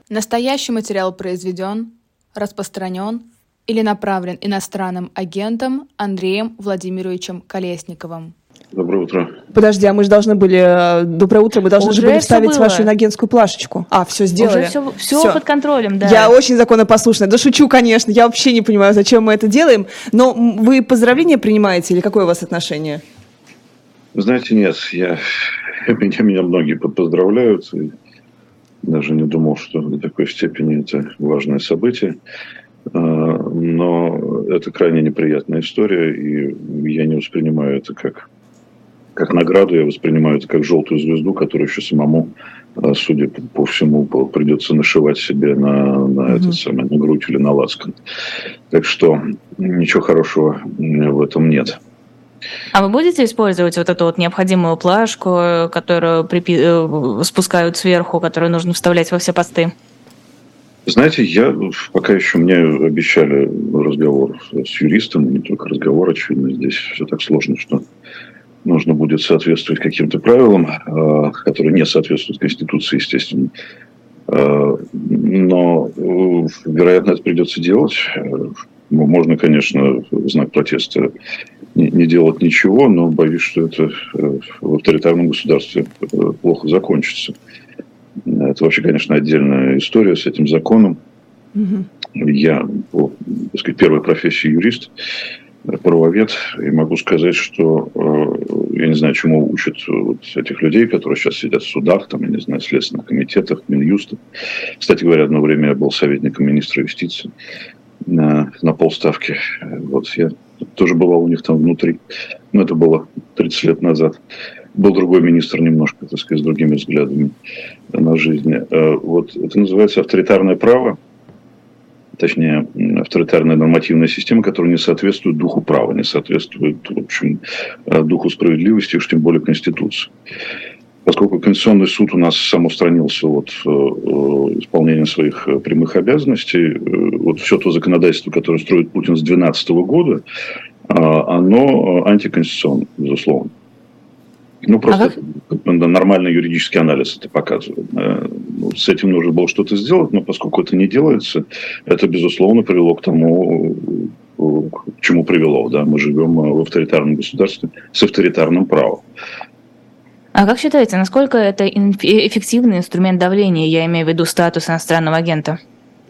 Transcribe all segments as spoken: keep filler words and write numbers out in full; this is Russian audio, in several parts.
Настоящий материал произведен, распространен или направлен иностранным агентом Андреем Владимировичем Колесниковым. Доброе утро. Подожди, а мы же должны были... Доброе утро, мы должны Уже же были вставить было. вашу инагентскую плашечку. А, все сделали. Уже все, все, все под контролем, да. Я очень законопослушная. Да шучу, конечно. Я вообще не понимаю, зачем мы это делаем. Но вы поздравления принимаете или какое у вас отношение? Знаете, нет. Я, меня, меня многие поздравляют. И даже не думал, что до такой степени это важное событие. Но это крайне неприятная история, и я не воспринимаю это как, как награду, я воспринимаю это как желтую звезду, которую еще самому, судя по, по всему, придется нашивать себе на, на, mm-hmm. этот самый, на грудь или на лацкан. Так что ничего хорошего в этом нет. А вы будете использовать вот эту вот необходимую плашку, которую припи- спускают сверху, которую нужно вставлять во все посты? Знаете, я пока еще мне обещали разговор с юристом, не только разговор, очевидно, здесь все так сложно, что нужно будет соответствовать каким-то правилам, которые не соответствуют Конституции, естественно. Но, вероятно, это придется делать. Можно, конечно, в знак протеста не делать ничего, но боюсь, что это в авторитарном государстве плохо закончится. Это вообще, конечно, отдельная история с этим законом. Mm-hmm. Я, по, так сказать, первой профессии юрист, правовед, и могу сказать, что я не знаю, чему учат вот этих людей, которые сейчас сидят в судах, там, я не знаю, в следственных комитетах, Минюстах. Кстати говоря, одно время я был советником министра юстиции на, на полставки. Вот я тоже бывал у них там внутри, но это было тридцать лет назад. Был другой министр немножко, так сказать, с другими взглядами на жизнь. Вот это называется авторитарное право, точнее, авторитарная нормативная система, которая не соответствует духу права, не соответствует, в общем, духу справедливости, уж тем более Конституции. Поскольку Конституционный суд у нас самоустранился от исполнения своих прямых обязанностей, вот все то законодательство, которое строит Путин с две тысячи двенадцатого года, оно антиконституционно, безусловно. Ну, просто ага. Нормальный юридический анализ это показывает. С этим нужно было что-то сделать, но поскольку это не делается, это, безусловно, привело к тому, к чему привело. Да? Мы живем в авторитарном государстве с авторитарным правом. А как считаете, насколько это эффективный инструмент давления, я имею в виду статус иностранного агента?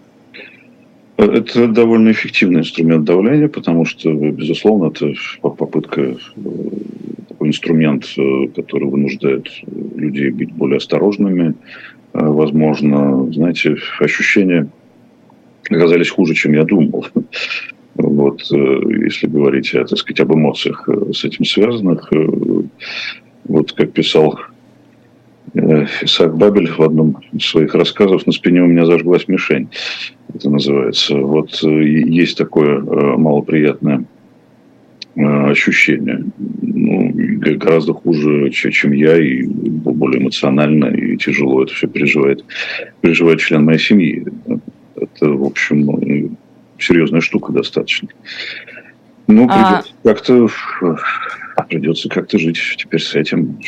Это довольно эффективный инструмент давления, потому что, безусловно, это попытка, такой инструмент, который вынуждает людей быть более осторожными. Возможно, знаете, ощущения оказались хуже, чем я думал. Вот, если говорить, так сказать, об эмоциях с этим связанных, вот как писал Исаак Бабель в одном из своих рассказов, на спине у меня зажглась мишень. Это называется. Вот есть такое малоприятное ощущение. Ну, гораздо хуже, чем я, и более эмоционально, и тяжело это все переживает, переживает член моей семьи. Это, в общем, серьезная штука достаточно. Ну, придется а... как-то придется как-то жить теперь с этим.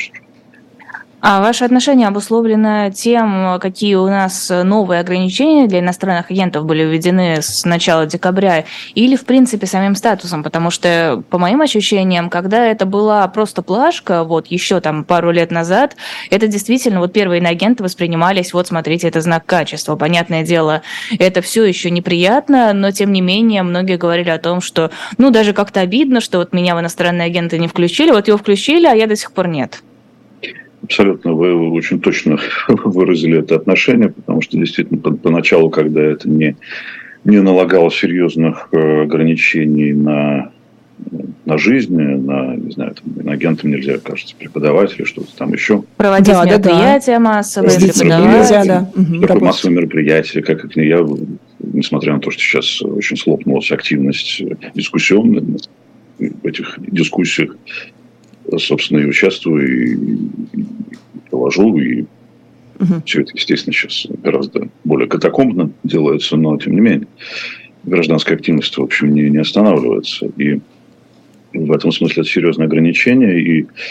А ваше отношение обусловлено тем, какие у нас новые ограничения для иностранных агентов были введены с начала декабря, или, в принципе, самим статусом? Потому что, по моим ощущениям, когда это была просто плашка, вот еще там пару лет назад, это действительно, вот первые иноагенты воспринимались, вот смотрите, это знак качества. Понятное дело, это все еще неприятно, но, тем не менее, многие говорили о том, что, ну, даже как-то обидно, что вот меня в иностранные агенты не включили, вот его включили, а я до сих пор нет. Абсолютно, вы очень точно выразили это отношение, потому что действительно поначалу, когда это не, не налагало серьезных ограничений на, на жизнь, на, не знаю, там, агентам нельзя, кажется, преподавать или что-то там еще. Проводить да, мероприятия да, массовые, преподавать. Нельзя, да. Такое массовое мероприятие, как это я, несмотря на то, что сейчас очень схлопнулась активность дискуссионная в этих дискуссиях, собственно, и участвую, и, и положу, и uh-huh. все это, естественно, сейчас гораздо более катакомбно делается, но, тем не менее, гражданская активность, в общем, не, не останавливается. И в этом смысле это серьезное ограничение, и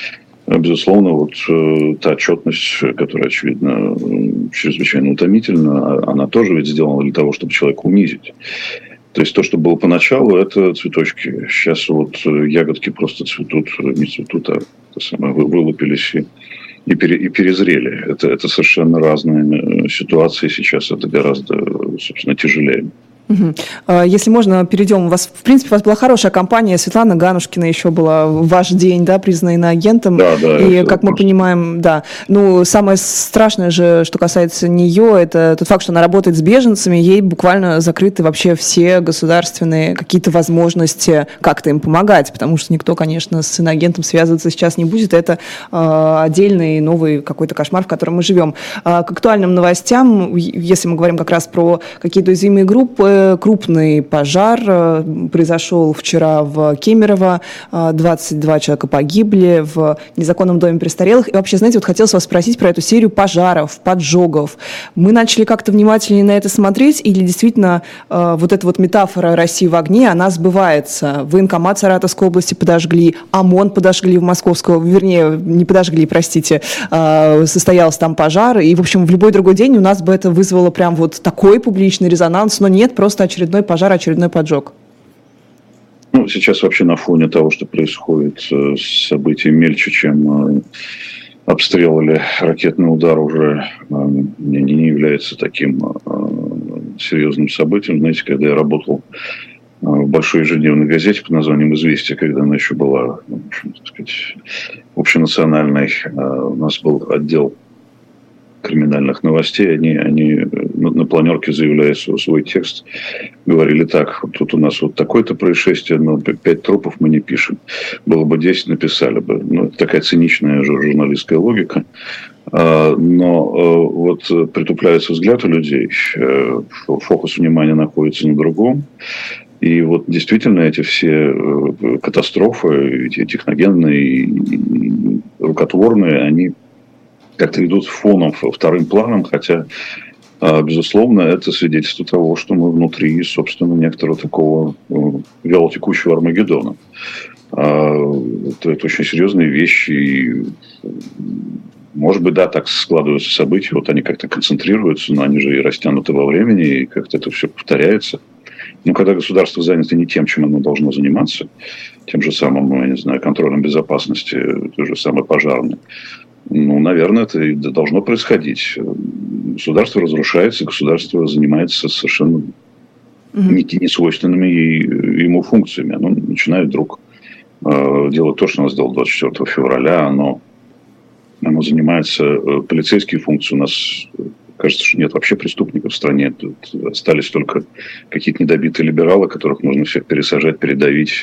безусловно, вот та отчетность, которая, очевидно, чрезвычайно утомительна, она тоже ведь сделана для того, чтобы человека унизить. То есть то, что было поначалу, это цветочки. Сейчас вот ягодки просто цветут, не цветут, а самое, вылупились и, и, пере, и перезрели. Это, это совершенно разные ситуации. Сейчас это гораздо, собственно, тяжелее. Угу. Если можно, перейдем. У вас, в принципе, у вас была хорошая компания. Светлана Ганушкина еще была в ваш день, да, признана иноагентом. Да, да. И, как мы понимаем, да. Ну, самое страшное же, что касается нее, это тот факт, что она работает с беженцами. Ей буквально закрыты вообще все государственные какие-то возможности как-то им помогать, потому что никто, конечно, с иноагентом связываться сейчас не будет. Это э, отдельный новый какой-то кошмар, в котором мы живем. А, к актуальным новостям, если мы говорим как раз про какие-то уязвимые группы, крупный пожар произошел вчера в Кемерово. двадцать два человека погибли в незаконном доме престарелых. И вообще, знаете, вот хотелось вас спросить про эту серию пожаров, поджогов. Мы начали как-то внимательнее на это смотреть, или действительно вот эта вот метафора России в огне, она сбывается? Военкомат Саратовской области подожгли, ОМОН подожгли в Московского, вернее, не подожгли, простите, состоялся там пожар. И, в общем, в любой другой день у нас бы это вызвало прям вот такой публичный резонанс, но нет, просто Просто очередной пожар, очередной поджог. Ну, сейчас вообще на фоне того, что происходит, события мельче, чем обстрел или ракетный удар, уже не, не является таким серьезным событием. Знаете, когда я работал в большой ежедневной газете под названием «Известия», когда она еще была, в общем, так сказать, общенациональной, у нас был отдел криминальных новостей, они, они на планерке, заявляя свой текст, говорили так: тут у нас вот такое-то происшествие, но пять трупов мы не пишем. Было бы десять, написали бы. Ну, это такая циничная журналистская логика. Но вот притупляется взгляд у людей, фокус внимания находится на другом. И вот действительно эти все катастрофы, эти техногенные и рукотворные, они как-то идут фоном, вторым планом, хотя, безусловно, это свидетельство того, что мы внутри, собственно, некоторого такого вялотекущего Армагеддона. Это, это очень серьезные вещи, и, может быть, да, так складываются события, вот они как-то концентрируются, но они же и растянуты во времени, и как-то это все повторяется. Но когда государство занято не тем, чем оно должно заниматься, тем же самым, я не знаю, контролем безопасности, той же самой пожарной, ну, наверное, это и должно происходить. Государство разрушается, государство занимается совершенно не, не свойственными ему функциями. Оно начинает вдруг э, делать то, что оно сделало двадцать четвёртого февраля. Оно, оно занимается э, полицейские функции. У нас кажется, что нет вообще преступников в стране. Тут остались только какие-то недобитые либералы, которых нужно всех пересажать, передавить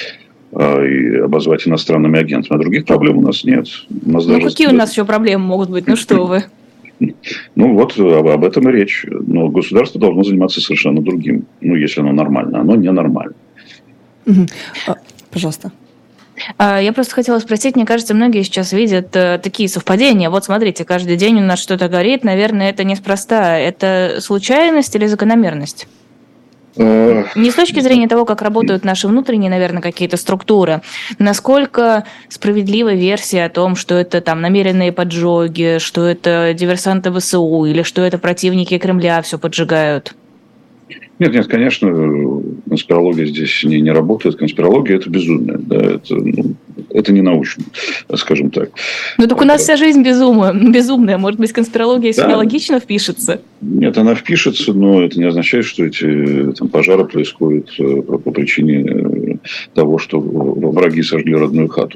и обозвать иностранными агентами. А других проблем у нас нет. У нас ну, даже... какие у нас еще проблемы могут быть? Ну, что вы? Ну, вот об, об этом и речь. Но государство должно заниматься совершенно другим. Ну, если оно нормально. Оно ненормально. Угу. Пожалуйста. Я просто хотела спросить, мне кажется, многие сейчас видят э, такие совпадения. Вот смотрите, каждый день у нас что-то горит. Наверное, это неспроста. Это случайность или закономерность? Не с точки зрения того, как работают наши внутренние, наверное, какие-то структуры. Насколько справедлива версия о том, что это там намеренные поджоги, что это диверсанты ВСУ или что это противники Кремля все поджигают? Нет, нет, конечно, конспирология здесь не, не работает. Конспирология – это безумие. Да, это, ну, это не научно, скажем так. Ну, так у нас вся жизнь безумная. безумная. Может быть, конспирология сюда да. логично впишется? Нет, она впишется, но это не означает, что эти там, пожары происходят по, по причине того, что враги сожгли родную хату.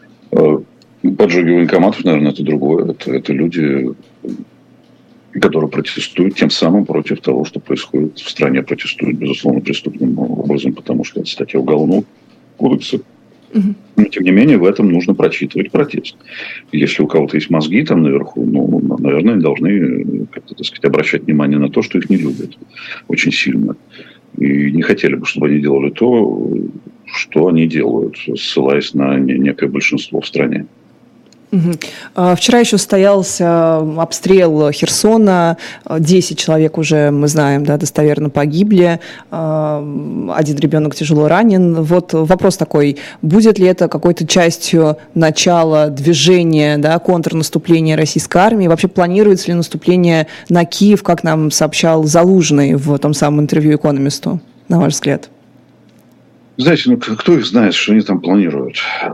Поджоги военкоматов, наверное, это другое. Это, это люди... которые протестуют тем самым против того, что происходит в стране, протестуют, безусловно, преступным образом, потому что это статья Уголовного кодекса. Угу. Но, тем не менее, в этом нужно прочитывать протест. Если у кого-то есть мозги там наверху, ну, наверное, они должны как-то, так сказать, обращать внимание на то, что их не любят очень сильно. И не хотели бы, чтобы они делали то, что они делают, ссылаясь на некое большинство в стране. Угу. Вчера еще состоялся обстрел Херсона. Десять человек уже, мы знаем, да, достоверно погибли. Один ребенок тяжело ранен. Вот вопрос такой, будет ли это какой-то частью начала движения, да, контрнаступления российской армии? Вообще планируется ли наступление на Киев, как нам сообщал Залужный в том самом интервью «Экономисту», на ваш взгляд? Знаете, ну кто их знает, что они там планируют?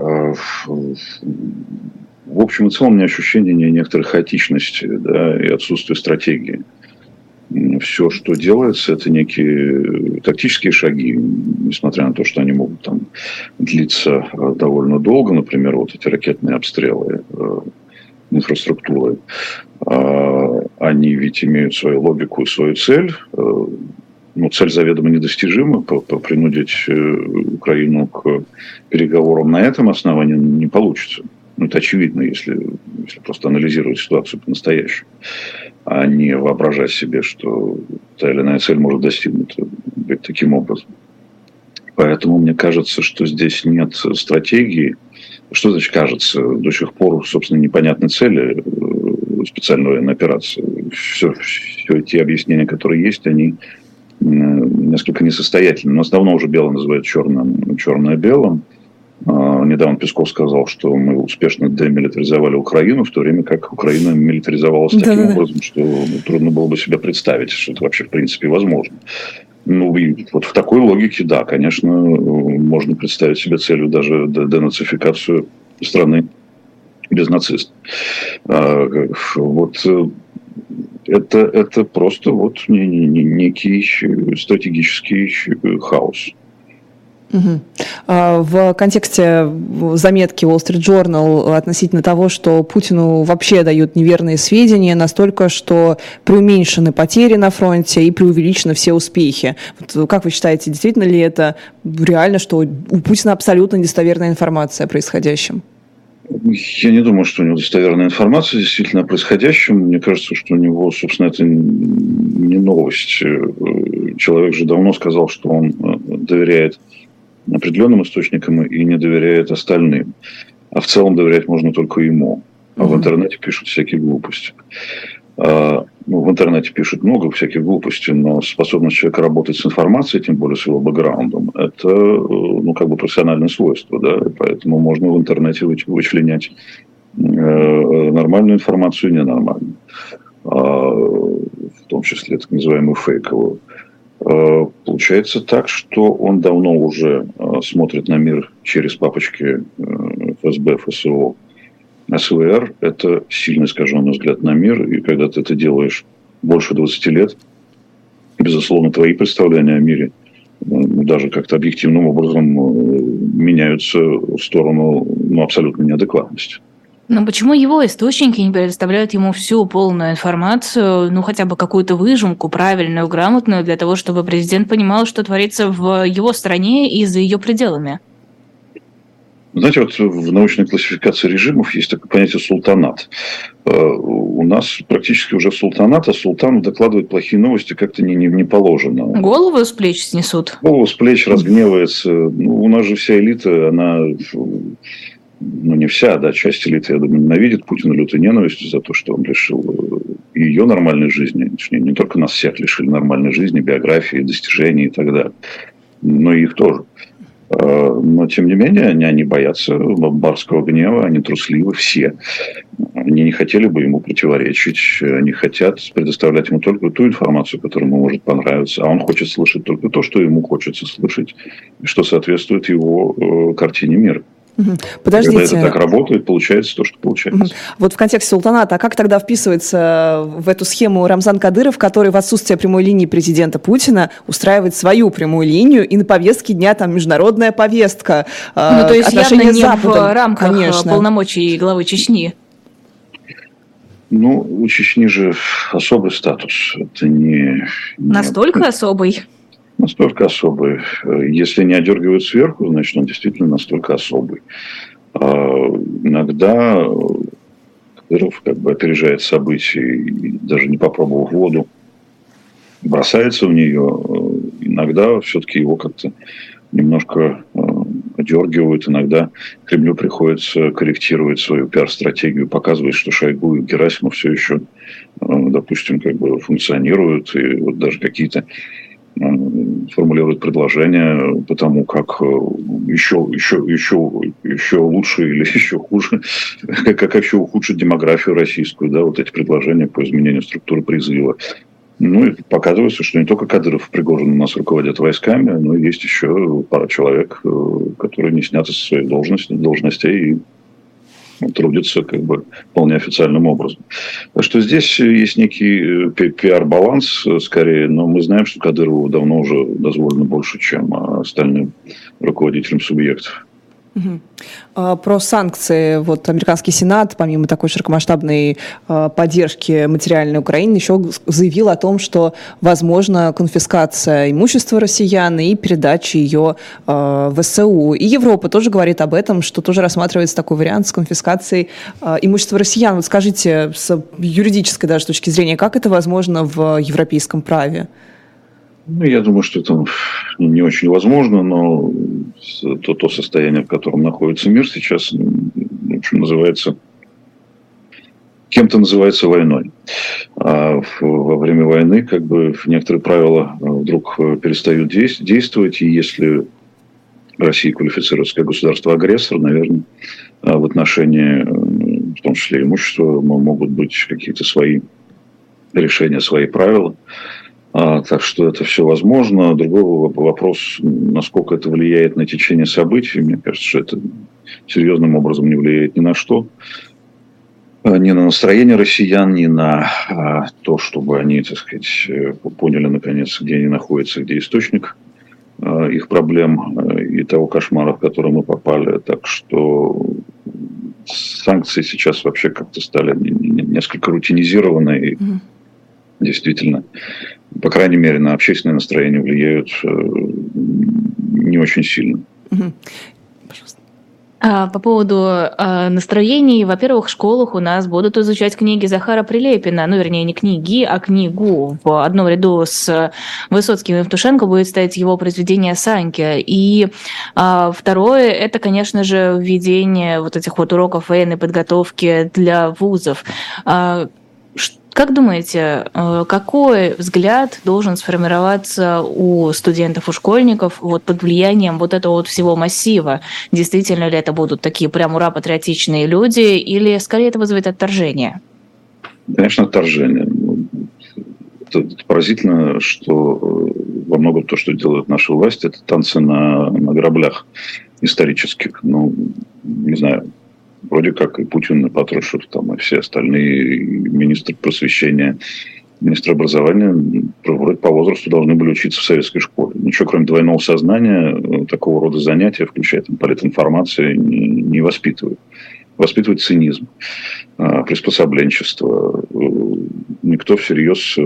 В общем и целом, у меня ощущение некоторой хаотичности, да, и отсутствия стратегии. Все, что делается, это некие тактические шаги, несмотря на то, что они могут там длиться довольно долго. Например, вот эти ракетные обстрелы э, инфраструктуры. Э, они ведь имеют свою логику и свою цель. Э, ну, цель заведомо недостижима. Принудить Украину к переговорам на этом основании не получится. Ну, это очевидно, если, если просто анализировать ситуацию по-настоящему, а не воображать себе, что та или иная цель может достигнута таким образом. Поэтому мне кажется, что здесь нет стратегии. Что значит кажется? До сих пор, собственно, непонятной цели специальной военной операции. Все, все те объяснения, которые есть, они несколько несостоятельны. У нас давно уже белое называют черным, черное белым. Недавно Песков сказал, что мы успешно демилитаризовали Украину, в то время как Украина милитаризовалась таким да, образом, что трудно было бы себе представить, что это вообще в принципе возможно. Ну, и вот в такой логике, да, конечно, можно представить себе целью даже денацификацию страны без нацистов. Вот это, это просто вот некий стратегический хаос. Угу. В контексте заметки Wall Street Journal относительно того, что Путину вообще дают неверные сведения настолько, что преуменьшены потери на фронте и преувеличены все успехи. Вот как вы считаете, действительно ли это реально, что у Путина абсолютно недостоверная информация о происходящем? Я не думаю, что у него достоверная информация действительно о происходящем. Мне кажется, что у него, собственно, это не новость. Человек же давно сказал, что он доверяет определенным источникам и не доверяет остальным. А в целом доверять можно только ему. А mm-hmm. в интернете пишут всякие глупости. А, ну, в интернете пишут много всяких глупостей, но способность человека работать с информацией, тем более с его бэкграундом, это ну, как бы профессиональное свойство. Да? Поэтому можно в интернете вычленять э, нормальную информацию и ненормальную. А, в том числе так называемую фейковую. Получается так, что он давно уже смотрит на мир через папочки эф эс бэ, эф эс о, эс вэ эр. Это сильно искаженный взгляд на мир. И когда ты это делаешь больше двадцати лет, безусловно, твои представления о мире даже как-то объективным образом меняются в сторону ну, абсолютной неадекватности. Но почему его источники не предоставляют ему всю полную информацию, ну хотя бы какую-то выжимку правильную, грамотную, для того, чтобы президент понимал, что творится в его стране и за ее пределами? Знаете, вот в научной классификации режимов есть такое понятие султанат. У нас практически уже султанат, а султан докладывает плохие новости как-то не, не, не положено. Голову с плеч снесут? Голову с плеч, разгневается. Ну, у нас же вся элита, она... Ну, не вся, да, часть элиты, я думаю, ненавидит Путина лютой ненавистью за то, что он лишил ее нормальной жизни. Точнее, не только нас всех лишили нормальной жизни, биографии, достижений и так далее, но и их тоже. Но, тем не менее, они, они боятся барского гнева, они трусливы все. Они не хотели бы ему противоречить, они хотят предоставлять ему только ту информацию, которая ему может понравиться, а он хочет слышать только то, что ему хочется слышать, и что соответствует его картине мира. Подождите. Когда это так работает, получается то, что получается. Вот в контексте султаната, а как тогда вписывается в эту схему Рамзан Кадыров, который в отсутствие прямой линии президента Путина устраивает свою прямую линию, и на повестке дня там международная повестка, ну, то есть явно не в рамках Конечно. полномочий главы Чечни? Ну, у Чечни же особый статус. Это не... Настолько не... особый? Настолько особый. Если не одергивают сверху, значит, он действительно настолько особый. А иногда Кадыров как бы опережает события и даже не попробовав воду, бросается в нее. Иногда все-таки его как-то немножко выдергивают. Иногда Кремлю приходится корректировать свою пиар-стратегию, показывать, что Шойгу и Герасимов все еще, допустим, как бы функционируют, и вот даже какие-то формулируют предложения по тому, как еще, еще, еще, еще лучше или еще хуже, как еще ухудшить демографию российскую, да, вот эти предложения по изменению структуры призыва. Ну, и показывается, что не только Кадыров и Пригожин у нас руководят войсками, но есть еще пара человек, которые не сняты со своих должностей, должностей и трудятся как бы вполне официальным образом. Так что здесь есть некий пиар-баланс скорее, но мы знаем, что Кадырову давно уже дозволено больше, чем остальным руководителям субъектов. Угу. Про санкции. Вот американский Сенат, помимо такой широкомасштабной поддержки материальной Украины, еще заявил о том, что возможна конфискация имущества россиян и передача ее в ВСУ. И Европа тоже говорит об этом, что тоже рассматривается такой вариант с конфискацией имущества россиян. Вот скажите, с юридической даже точки зрения, как это возможно в европейском праве? Ну, я думаю, что это не очень возможно, но то, то состояние, в котором находится мир сейчас, в общем, называется, кем-то называется войной. А во время войны как бы некоторые правила вдруг перестают действовать, и если Россия квалифицируется как государство-агрессор, наверное, в отношении, в том числе имущества, могут быть какие-то свои решения, свои правила. А, так что это все возможно. Другой вопрос, насколько это влияет на течение событий. Мне кажется, что это серьезным образом не влияет ни на что. Ни на настроение россиян, ни на а, то, чтобы они, так сказать, поняли, наконец, где они находятся, где источник а, их проблем а, и того кошмара, в который мы попали. Так что санкции сейчас вообще как-то стали несколько рутинизированы и mm-hmm. действительно, по крайней мере, на общественное настроение влияют не очень сильно. Угу. По поводу э, настроений, во-первых, в школах у нас будут изучать книги Захара Прилепина, ну, вернее, не книги, а книгу. В одном ряду с Высоцким и Евтушенко будет стоять его произведение «Саньки». И э, второе, это, конечно же, введение вот этих вот уроков военной подготовки для вузов. Э, Как думаете, какой взгляд должен сформироваться у студентов, у школьников вот под влиянием вот этого вот всего массива? Действительно ли это будут такие прям ура патриотичные люди, или скорее это вызовет отторжение? Конечно, отторжение. Это поразительно, что во многом то, что делают наши власти, это танцы на, на граблях исторических. Ну, не знаю. Вроде как и Путин, и Патрушев, там, и все остальные, и министр просвещения, министр образования, вроде по возрасту должны были учиться в советской школе. Ничего, кроме двойного сознания, такого рода занятия, включая там, политинформацию, не, не воспитывают. Воспитывает цинизм, приспособленчество. Никто всерьез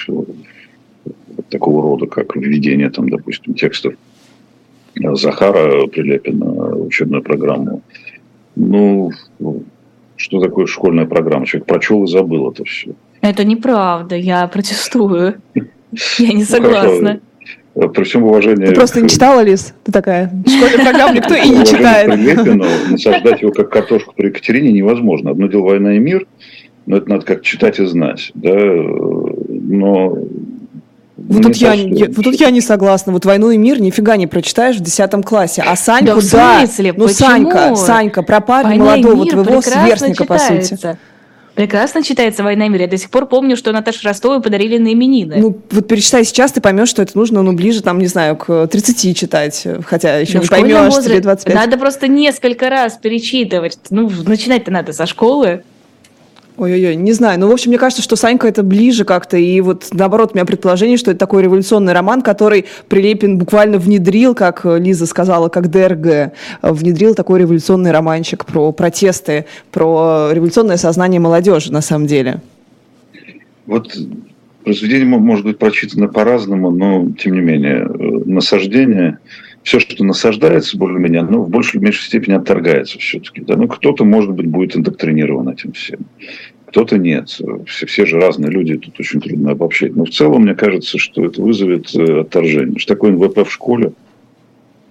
такого рода, как введение, там, допустим, текстов Захара Прилепина в учебную программу. Ну, что такое школьная программа? Человек прочел и забыл это все. Это неправда, я протестую. Я не согласна. Ну, при всем уважении... Ты просто не читала, Лиз? Ты такая, школьную программу никто и не читает. Прилепину, насаждать его как картошку при Екатерине невозможно. Одно дело «Война и мир», но это надо как читать и знать. Да? Но... Вот тут, я, я, вот тут я не согласна. Вот «Войну и мир» нифига не прочитаешь в десятом классе. А Саньку, да. В смысле? Ну, Почему? Санька, Санька, про парня молодого твоего сверстника, по сути. Прекрасно читается «Война и мир». Я до сих пор помню, что Наташе Ростовой подарили на именины. Ну, вот перечитай сейчас, ты поймешь, что это нужно, ну, ближе, там, не знаю, к тридцати читать. Хотя еще Но не поймешь, тебе двадцать пять. Надо просто несколько раз перечитывать. Ну, начинать-то надо со школы. Ой-ой-ой, не знаю. Ну, в общем, мне кажется, что Санька это ближе как-то. И вот, наоборот, у меня предположение, что это такой революционный роман, который Прилепин буквально внедрил, как Лиза сказала, как ДРГ, внедрил такой революционный романчик про протесты, про революционное сознание молодежи, на самом деле. Вот произведение может быть прочитано по-разному, но, тем не менее, насаждение... Все, что насаждается более-менее, оно в большей или меньшей степени отторгается все-таки. Да? Ну, кто-то, может быть, будет индоктринирован этим всем, кто-то нет. Все, все же разные люди, тут очень трудно обобщать. Но в целом, мне кажется, что это вызовет отторжение. Что такое эн вэ пэ в школе?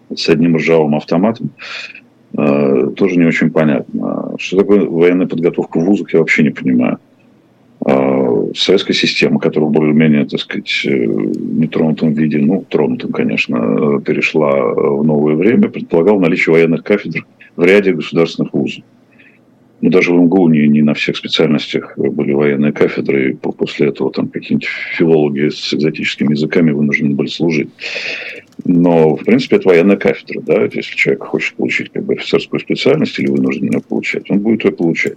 с одним ржавым автоматом, тоже не очень понятно. Что такое военная подготовка в вузах, я вообще не понимаю. Советская система, которая более-менее, так сказать, в нетронутом виде, ну, тронутом, конечно, перешла в новое время, предполагала наличие военных кафедр в ряде государственных вузов. Ну, даже в эм гэ у не, не на всех специальностях были военные кафедры, и после этого там какие-нибудь филологи с экзотическими языками вынуждены были служить. Но, в принципе, это военная кафедра, да, если человек хочет получить как бы офицерскую специальность или вынужден ее получать, он будет ее получать.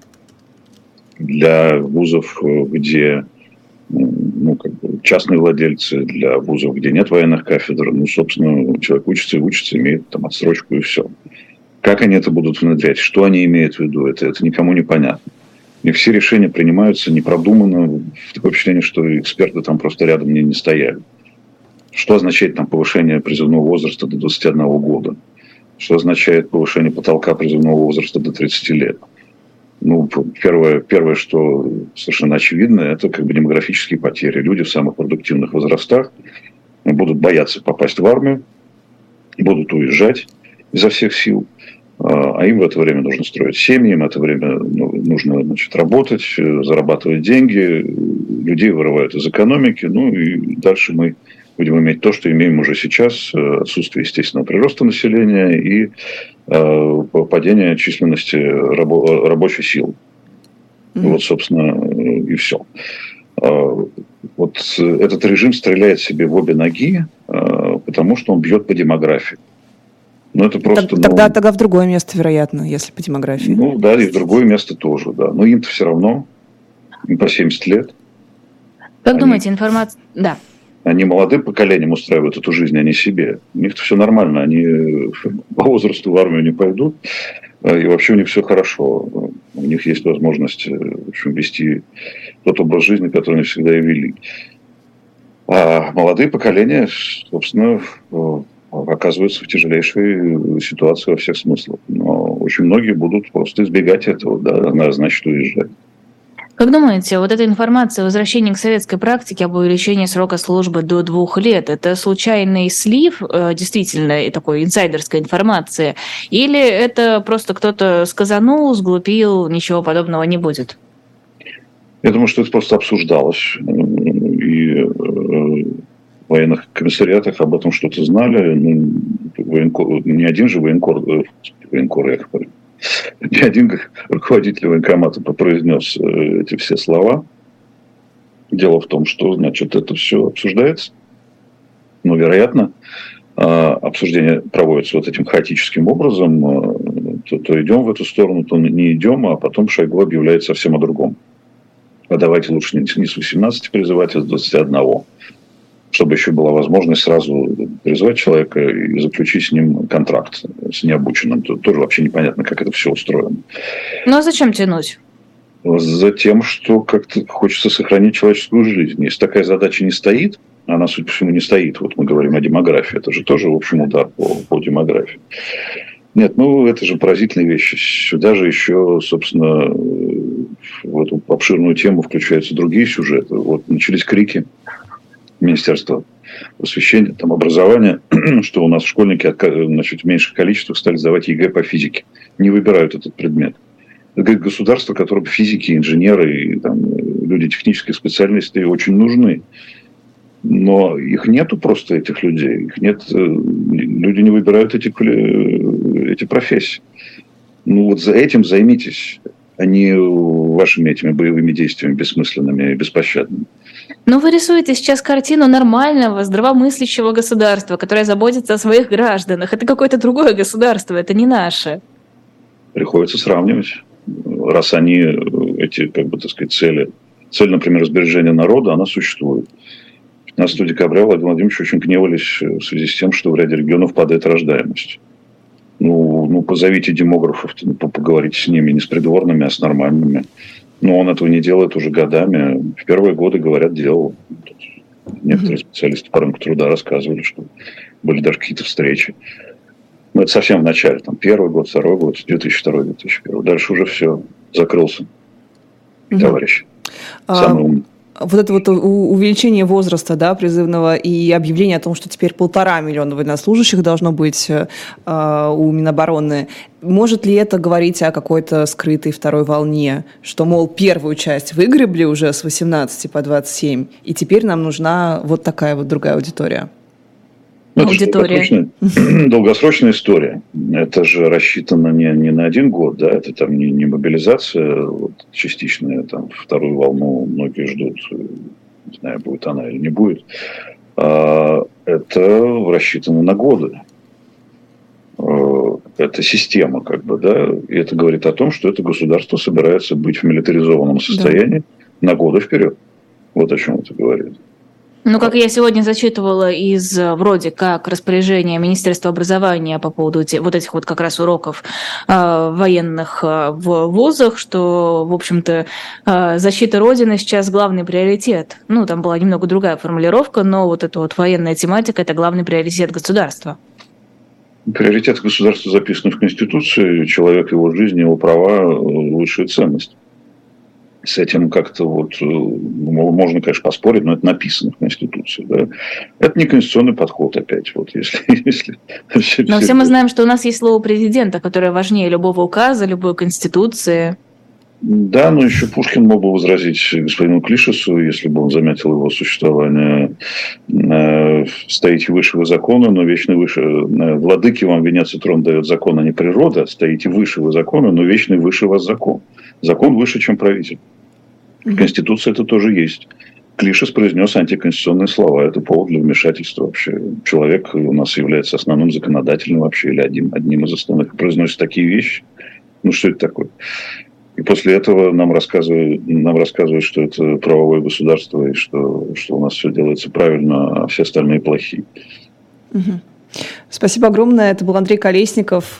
Для вузов, где ну, как бы частные владельцы, для вузов, где нет военных кафедр, ну, собственно, человек учится и учится, имеет там отсрочку и все. Как они это будут внедрять, что они имеют в виду, это, это никому не понятно. И все решения принимаются непродуманно, такое впечатление, что эксперты там просто рядом не, не стояли. Что означает там повышение призывного возраста до двадцати одного года? Что означает повышение потолка призывного возраста до тридцати лет? Ну, первое, первое, что совершенно очевидно, это как бы демографические потери. Люди в самых продуктивных возрастах будут бояться попасть в армию, будут уезжать изо всех сил, а им в это время нужно строить семьи, им в это время нужно, значит, работать, зарабатывать деньги, людей вырывают из экономики, ну и дальше мы будем иметь то, что имеем уже сейчас, отсутствие естественного прироста населения и э, падение численности рабо- рабочей силы. Mm-hmm. Вот, собственно, и все. Э, вот этот режим стреляет себе в обе ноги, э, потому что он бьет по демографии. Но это просто, тогда, ну, тогда в другое место, вероятно, если по демографии. Ну да, и в другое место тоже, да. Но им-то все равно, им по семьдесят лет. Как они... думаете, информация... Да. Они молодым поколением устраивают эту жизнь, а не себе. У них все нормально, они по возрасту в армию не пойдут, и вообще у них все хорошо. У них есть возможность, в общем, вести тот образ жизни, который они всегда и вели. А молодые поколения, собственно, оказываются в тяжелейшей ситуации во всех смыслах. Но очень многие будут просто избегать этого, да, значит, уезжать. Как думаете, вот эта информация о возвращении к советской практике об увеличении срока службы до двух лет, это случайный слив, действительно, такой инсайдерской информации, или это просто кто-то сказанул, сглупил, ничего подобного не будет? Я думаю, что это просто обсуждалось. И в военных комиссариатах об этом что-то знали. Ну, военкор, не один же военкор, военкор, я говорю. Ни один руководитель военкомата произнес эти все слова. Дело в том, что, значит, это все обсуждается. Но, вероятно, обсуждение проводится вот этим хаотическим образом. То, то идем в эту сторону, то не идем, а потом Шойгу объявляет совсем о другом. А давайте лучше не с восемнадцати призывать, а с двадцати одного. Чтобы еще была возможность сразу призвать человека и заключить с ним контракт, с необученным. Тут тоже вообще непонятно, как это все устроено. Ну а зачем тянуть? Затем, что как-то хочется сохранить человеческую жизнь. Если такая задача не стоит, она, судя по всему, не стоит. Вот мы говорим о демографии. Это же тоже, в общем, удар по, по демографии. Нет, ну это же поразительные вещи. Сюда же еще, собственно, в эту обширную тему включаются другие сюжеты. Вот начались крики Министерства просвещения, там, образования, что у нас школьники, значит, в меньших количествах стали сдавать ЕГЭ по физике. Не выбирают этот предмет. Это говорит государство, которое физики, инженеры, и, там, люди технических специальностей очень нужны. Но их нету просто, этих людей. Их нет, люди не выбирают эти, эти профессии. Ну вот за этим займитесь, а не вашими этими боевыми действиями бессмысленными и беспощадными. Ну, вы рисуете сейчас картину нормального, здравомыслящего государства, которое заботится о своих гражданах. Это какое-то другое государство, это не наше. Приходится сравнивать. Раз они, эти, как бы, так сказать, цели, цель, например, сбережения народа, она существует. пятнадцатого декабря Владимир Владимирович очень гневались в связи с тем, что в ряде регионов падает рождаемость. Ну, ну позовите демографов, поговорите с ними, не с придворными, а с нормальными. Но он этого не делает уже годами. В первые годы, говорят, делал. Некоторые специалисты по рынку труда рассказывали, что были даже какие-то встречи. Но это совсем в начале. Там, первый год, второй год, две тысячи второй - две тысячи первый. Дальше уже все, закрылся. Товарищ. Самый умный. вот это вот увеличение возраста, да, призывного и объявление о том, что теперь полтора миллиона военнослужащих должно быть э, у Минобороны, может ли это говорить о какой-то скрытой второй волне, что, мол, первую часть выгребли уже с восемнадцати по двадцать семь, и теперь нам нужна вот такая вот другая аудитория? Ну, это долгосрочная, долгосрочная история. Это же рассчитано не, не на один год, да, это там не, не мобилизация вот, частичная, там вторую волну многие ждут, не знаю, будет она или не будет. А это рассчитано на годы. Это система, как бы, да, и это говорит о том, что это государство собирается быть в милитаризованном состоянии, да, на годы вперед. Вот о чем это говорит. Ну, как я сегодня зачитывала из вроде как распоряжения Министерства образования по поводу вот этих вот как раз уроков э, военных э, в вузах, что, в общем-то, э, защита Родины сейчас главный приоритет. Ну, там была немного другая формулировка, но вот эта вот военная тематика – это главный приоритет государства. Приоритет государства записан в Конституции, человек, его жизнь, его права – высшая ценность. С этим как-то вот можно, конечно, поспорить, но это написано в Конституции. Да? Это не конституционный подход опять. Вот, если, если все, но все все мы знаем, что у нас есть слово президента, которое важнее любого указа, любой Конституции. Да, но еще Пушкин мог бы возразить господину Клишесу, если бы он заметил его существование: стоите выше вы закона, но вечный выше... Владыки вам венец и трон дает закон, а не природа. Стоите выше вы закона, но вечный выше вас закон. Закон выше, чем правитель. В Конституции это тоже есть. Клишес произнес антиконституционные слова. Это повод для вмешательства вообще. Человек у нас является основным законодателем вообще, или одним, одним из основных. Произносит такие вещи. Ну, что это такое? И после этого нам рассказывают, нам рассказывают, что это правовое государство, и что, что у нас все делается правильно, а все остальные плохие. Угу. Спасибо огромное. Это был Андрей Колесников,